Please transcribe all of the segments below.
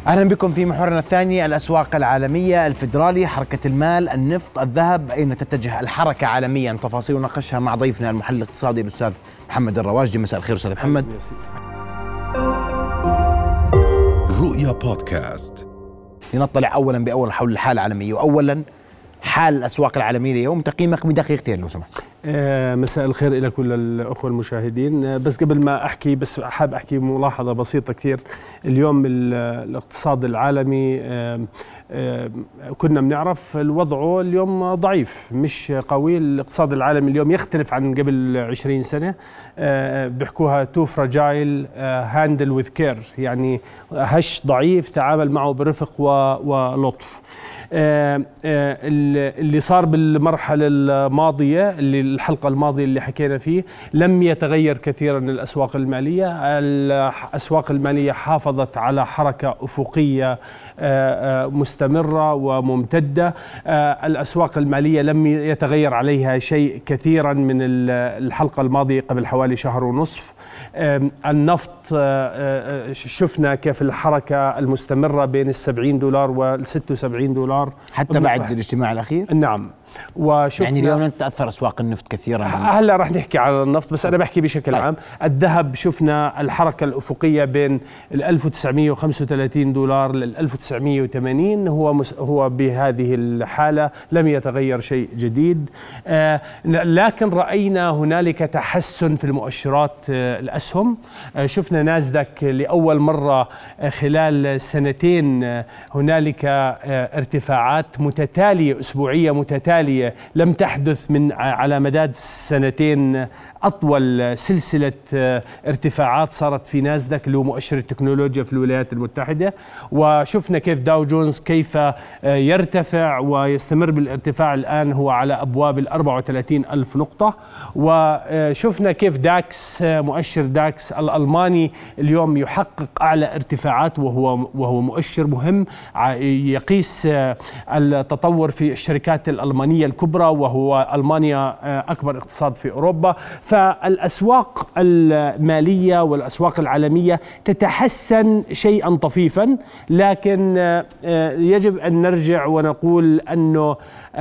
أهلا بكم في محورنا الثاني. الأسواق العالمية، الفيدرالي، حركة المال، النفط، الذهب، أين تتجه الحركة عالميا؟ تفاصيل نناقشها مع ضيفنا المحلل الاقتصادي الأستاذ محمد الرواجدي. مساء الخير أستاذ محمد. رؤيا بودكاست. لنطلع أولا بأول حول الحالة العالمية، وأولا حال الأسواق العالمية اليوم، تقييمك بدقيقتين لو سمحت. مساء الخير إلى كل الأخوة المشاهدين. بس قبل ما أحكي حاب أحكي ملاحظة بسيطة كثير. اليوم الاقتصاد العالمي كنا بنعرف الوضع اليوم ضعيف، مش قوي. الاقتصاد العالمي اليوم يختلف عن قبل 20 سنة. بيحكوها too fragile handle with care، يعني هش ضعيف تعامل معه برفق ولطف. اللي صار بالمرحلة الماضية، اللي الحلقة الماضية اللي حكينا فيه، لم يتغير كثيرا الأسواق المالية. الأسواق المالية حافظت على حركة أفقية مستمرة وممتدة. الأسواق المالية لم يتغير عليها شيء كثيرا من الحلقة الماضية قبل حوالي شهر ونصف. النفط شفنا كيف الحركة المستمرة بين $70 و$76 حتى بعد الاجتماع الأخير. نعم، وشفنا يعني اليوم تأثر أسواق النفط كثيرا. هلا رح نحكي على النفط، بس أنا بحكي بشكل عام. الذهب شفنا الحركة الأفقية بين $1935 لل $1980، هو بهذه الحالة لم يتغير شيء جديد. لكن رأينا هنالك تحسن في المؤشرات الأسهم. شفنا ناسداك لأول مرة خلال سنتين هنالك ارتفاعات متتالية، أسبوعية متتالية لم تحدث من على مداد سنتين. أطول سلسلة ارتفاعات صارت في ناسداك اللي هو مؤشر التكنولوجيا في الولايات المتحدة. وشفنا كيف داو جونز كيف يرتفع ويستمر بالارتفاع، الآن هو على أبواب 34,000 نقطة. وشفنا كيف داكس، مؤشر داكس الألماني اليوم يحقق أعلى ارتفاعات، وهو مؤشر مهم يقيس التطور في الشركات الألمانية الكبرى، وهو ألمانيا أكبر اقتصاد في أوروبا. فالأسواق المالية والأسواق العالمية تتحسن شيئا طفيفا، لكن يجب أن نرجع ونقول أنه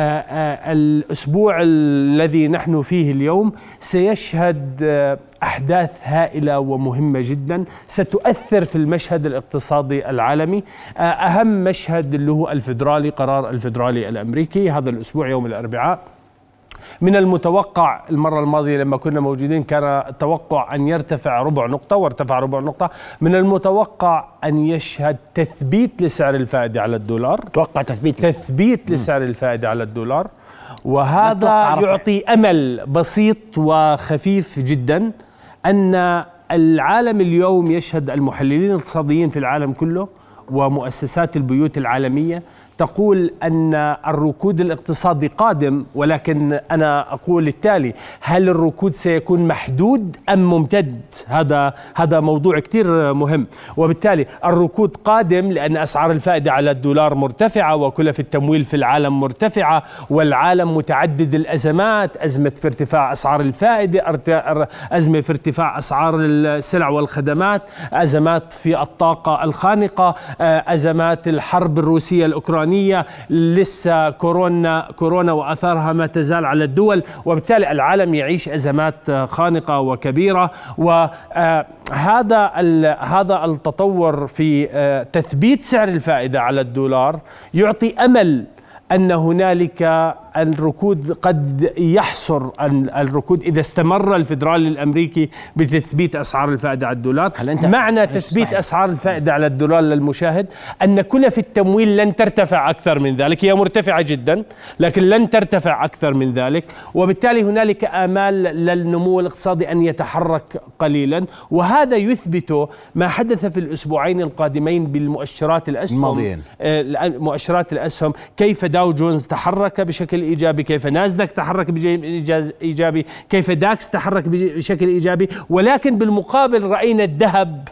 الأسبوع الذي نحن فيه اليوم سيشهد أحداث هائلة ومهمة جدا ستؤثر في المشهد الاقتصادي العالمي. أهم مشهد اللي هو الفيدرالي، قرار الفيدرالي الأمريكي هذا الأسبوع يوم الأربعاء. من المتوقع المرة الماضية لما كنا موجودين كان التوقع أن يرتفع ربع نقطة، وارتفع ربع نقطة. من المتوقع أن يشهد تثبيت لسعر الفائدة على الدولار. توقع تثبيت لسعر الفائدة على الدولار، وهذا يعطي أمل بسيط وخفيف جدا أن العالم اليوم يشهد، المحللين الاقتصاديين في العالم كله ومؤسسات البيوت العالمية تقول أن الركود الاقتصادي قادم. ولكن أنا أقول التالي: هل الركود سيكون محدود أم ممتد؟ هذا موضوع كتير مهم. وبالتالي الركود قادم لأن أسعار الفائدة على الدولار مرتفعة، وكلف التمويل في العالم مرتفعة، والعالم متعدد الأزمات، أزمة في ارتفاع أسعار الفائدة، أزمة في ارتفاع أسعار السلع والخدمات، أزمات في الطاقة الخانقة، أزمات الحرب الروسية الأوكرانية، لسه كورونا وأثارها ما تزال على الدول. وبالتالي العالم يعيش أزمات خانقة وكبيرة. وهذا التطور في تثبيت سعر الفائدة على الدولار يعطي أمل أن هنالك الركود قد يحصر الركود إذا استمر الفيدرالي الأمريكي بتثبيت أسعار الفائدة على الدولار. معنى تثبيت أسعار الفائدة على الدولار للمشاهد أن كلف التمويل لن ترتفع أكثر من ذلك. هي مرتفعة جدا لكن لن ترتفع أكثر من ذلك، وبالتالي هنالك آمال للنمو الاقتصادي أن يتحرك قليلا. وهذا يثبت ما حدث في الأسبوعين القادمين بالمؤشرات الأسهم. مؤشرات الأسهم، كيف داو جونز تحرك بشكل إيجابي، كيف ناسداك تحرك بشكل إيجابي، كيف داكس تحرك بشكل إيجابي. ولكن بالمقابل رأينا الذهب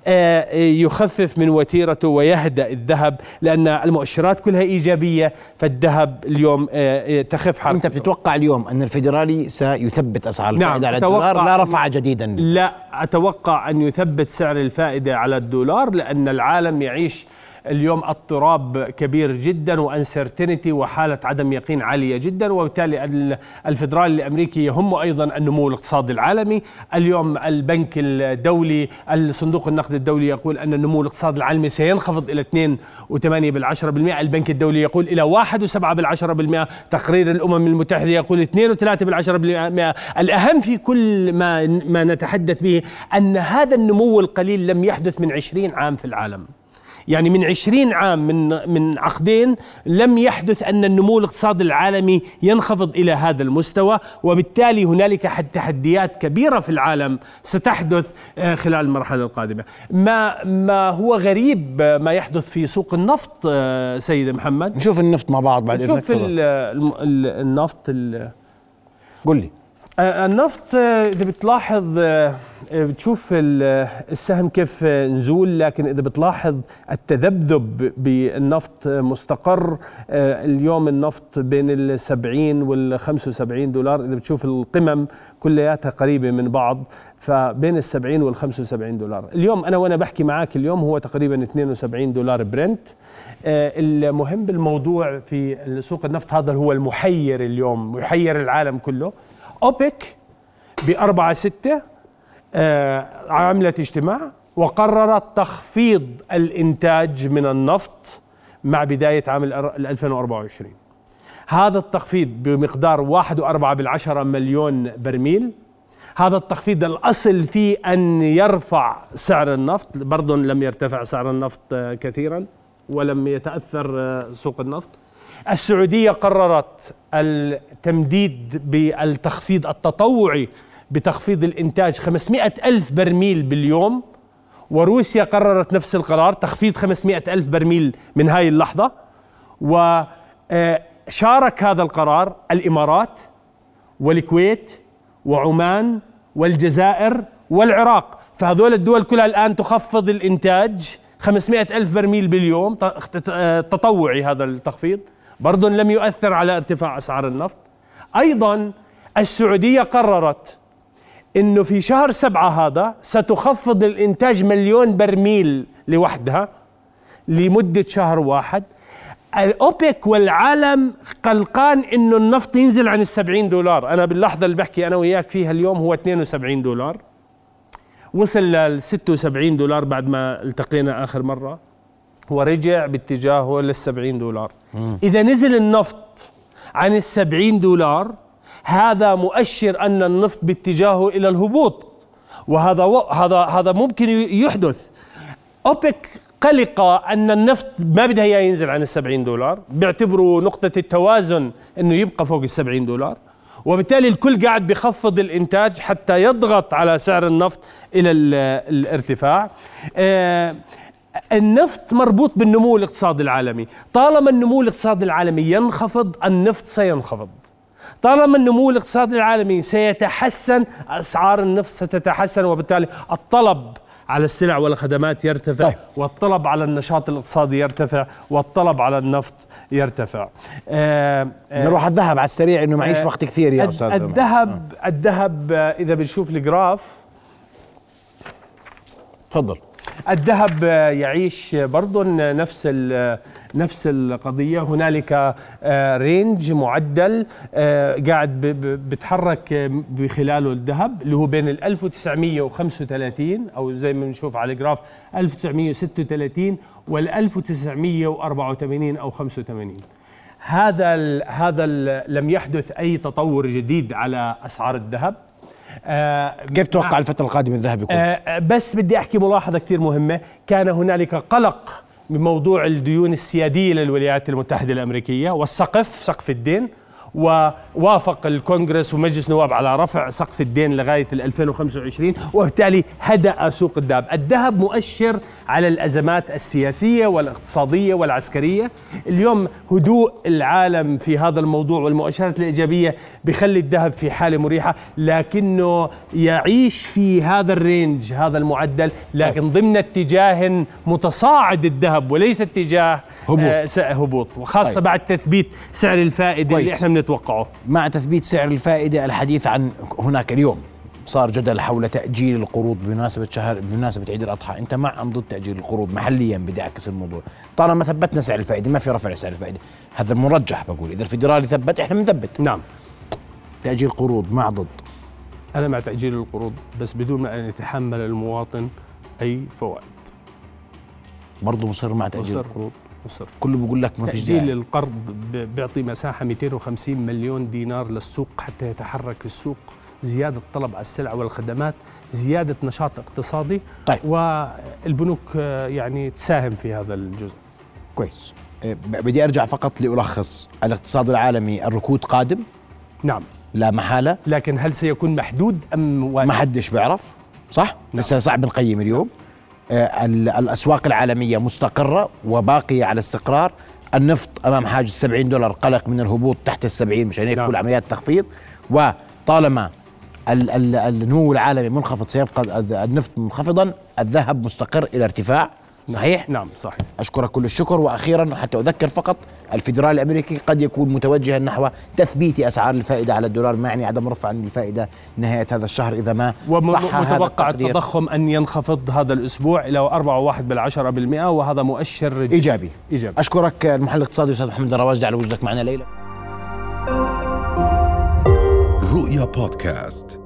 يخفف من وتيرته ويهدأ الذهب، لأن المؤشرات كلها إيجابية، فالذهب اليوم تخف حركته. أنت بتتوقع اليوم أن الفيدرالي سيثبت أسعار الفائدة على الدولار، لا رفع جديدا؟ لا أتوقع أن يثبت سعر الفائدة على الدولار، لأن العالم يعيش اليوم اضطراب كبير جدا وانسرتينتي وحالة عدم يقين عالية جدا، وبالتالي الفدرالي الأمريكي يهمه أيضا النمو الاقتصادي العالمي. اليوم البنك الدولي، الصندوق النقد الدولي يقول أن النمو الاقتصادي العالمي سينخفض إلى 2.8%، البنك الدولي يقول إلى 1.7%، تقرير الأمم المتحدة يقول 2.3%. الأهم في كل ما نتحدث به أن هذا النمو القليل لم يحدث من 20 عام في العالم، يعني من 20 عام من عقدين لم يحدث أن النمو الاقتصادي العالمي ينخفض إلى هذا المستوى، وبالتالي هنالك تحديات كبيرة في العالم ستحدث خلال المرحلة القادمة. ما هو غريب ما يحدث في سوق النفط سيد محمد. نشوف النفط مع بعض بعد إذنك. نشوف النفط. قل لي. النفط إذا بتلاحظ بتشوف السهم كيف نزول، لكن إذا بتلاحظ التذبذب بالنفط مستقر. اليوم النفط بين 70 و75 دولار، إذا بتشوف القمم كلياتها قريبة من بعض، فبين 70 و75 دولار. اليوم أنا وأنا بحكي معاك اليوم هو تقريبا 72 دولار برنت. المهم بالموضوع في سوق النفط، هذا هو المحير اليوم، محير العالم كله. أوبك ب4/6 عملت اجتماع وقررت تخفيض الإنتاج من النفط مع بداية عام 2024. هذا التخفيض بمقدار 1.4 مليون برميل. هذا التخفيض الأصل فيه أن يرفع سعر النفط، برضو لم يرتفع سعر النفط كثيرا ولم يتأثر سوق النفط. السعودية قررت التمديد بالتخفيض التطوعي بتخفيض الإنتاج 500 ألف برميل باليوم، وروسيا قررت نفس القرار، تخفيض 500 ألف برميل من هاي اللحظة. وشارك هذا القرار الإمارات والكويت وعمان والجزائر والعراق، فهذول الدول كلها الآن تخفض الإنتاج 500 ألف برميل باليوم تطوعي. هذا التخفيض برضو لم يؤثر على ارتفاع أسعار النفط. أيضا السعودية قررت أنه في شهر 7 هذا ستخفض الإنتاج 1,000,000 برميل لوحدها لمدة شهر واحد. الأوبك والعالم قلقان أنه النفط ينزل عن 70 دولار. أنا باللحظة اللي بحكي أنا وياك فيها اليوم هو 72 دولار، وصل ل 76 دولار بعد ما التقينا آخر مرة، ورجع باتجاهه لل70 دولار. إذا نزل النفط عن 70 دولار هذا مؤشر أن النفط باتجاهه إلى الهبوط، وهذا ممكن يحدث. أوبك قلقة أن النفط ما بدها إياه ينزل عن 70 دولار، بيعتبروا نقطة التوازن أنه يبقى فوق 70 دولار، وبالتالي الكل قاعد بيخفض الإنتاج حتى يضغط على سعر النفط إلى الارتفاع. النفط مربوط بالنمو الاقتصادي العالمي، طالما النمو الاقتصادي العالمي ينخفض النفط سينخفض، طالما النمو الاقتصادي العالمي سيتحسن أسعار النفط ستتحسن، وبالتالي الطلب على السلع والخدمات يرتفع. طيب. والطلب على النشاط الاقتصادي يرتفع، والطلب على النفط يرتفع. نروح على الذهب على السريع انه معيش وقت كثير يا استاذ. الذهب اذا بنشوف الجراف، تفضل. الذهب يعيش برضو نفس القضية. هنالك رينج معدل قاعد بتحرك بخلاله الذهب اللي هو بين 1935 أو زي ما بنشوف على الجراف 1936 وال 1984 أو 85. هذا لم يحدث أي تطور جديد على أسعار الذهب. كيف تتوقع الفترة القادمة الذهب يكون؟ بس بدي أحكي ملاحظة كتير مهمة. كان هنالك قلق بموضوع الديون السيادية للولايات المتحدة الأمريكية سقف الدين، ووافق الكونغرس ومجلس النواب على رفع سقف الدين لغاية 2025، وبالتالي هدأ سوق الذهب. الذهب مؤشر على الأزمات السياسية والاقتصادية والعسكرية. اليوم هدوء العالم في هذا الموضوع والمؤشرات الإيجابية بيخلي الذهب في حالة مريحة، لكنه يعيش في هذا الرينج، هذا المعدل، لكن ضمن اتجاه متصاعد الذهب وليس اتجاه هبوط، وخاصة بعد تثبيت سعر الفائدة اللي احنا بنتوقعه. مع تثبيت سعر الفائدة الحديث عن هناك اليوم صار جدل حول تأجيل القروض بمناسبة عيد الأضحى. أنت مع أم ضد تأجيل القروض محليا؟ بدي أعكس الموضوع. طالما ثبتنا سعر الفائدة ما في رفع سعر الفائدة، هذا المرجح. بقول إذا الفيدرالي ثبت إحنا بنثبت. نعم. تأجيل قروض مع ضد؟ أنا مع تأجيل القروض بس بدون ما أن يتحمل المواطن أي فوائد. برضه مصر مع تأجيل القروض؟ مصر. كله بيقول لك ما فيش داعي. تأجيل القرض بيعطي مساحة 250 مليون دينار للسوق حتى يتحرك السوق، زيادة طلب على السلع والخدمات، زيادة نشاط اقتصادي. طيب. والبنوك يعني تساهم في هذا الجزء. كويس. بدي أرجع فقط لألخص. الاقتصاد العالمي الركود قادم؟ نعم لا محالة. لكن هل سيكون محدود أم واسع؟ ما حدش بيعرف، صح؟ نعم. لسه صعب نقيم اليوم. الأسواق العالمية مستقرة وباقية على استقرار. النفط أمام حاجز $70، قلق من الهبوط تحت 70 مشان هيك كل عمليات تخفيض. وطالما النمو العالمي منخفض سيبقى النفط منخفضا، الذهب مستقر إلى ارتفاع. صحيح؟ نعم صحيح. أشكرك كل الشكر. وأخيرا حتى أذكر فقط، الفيدرالي الأمريكي قد يكون متوجها نحو تثبيت أسعار الفائدة على الدولار، ما يعني عدم رفع الفائدة نهاية هذا الشهر إذا ما صح. ومتوقع التضخم أن ينخفض هذا الأسبوع إلى 4.1%، وهذا مؤشر إيجابي. أشكرك المحلل الاقتصادي أستاذ محمد الرواجدي على وجودك معنا ليلة. رؤيا بودكاست.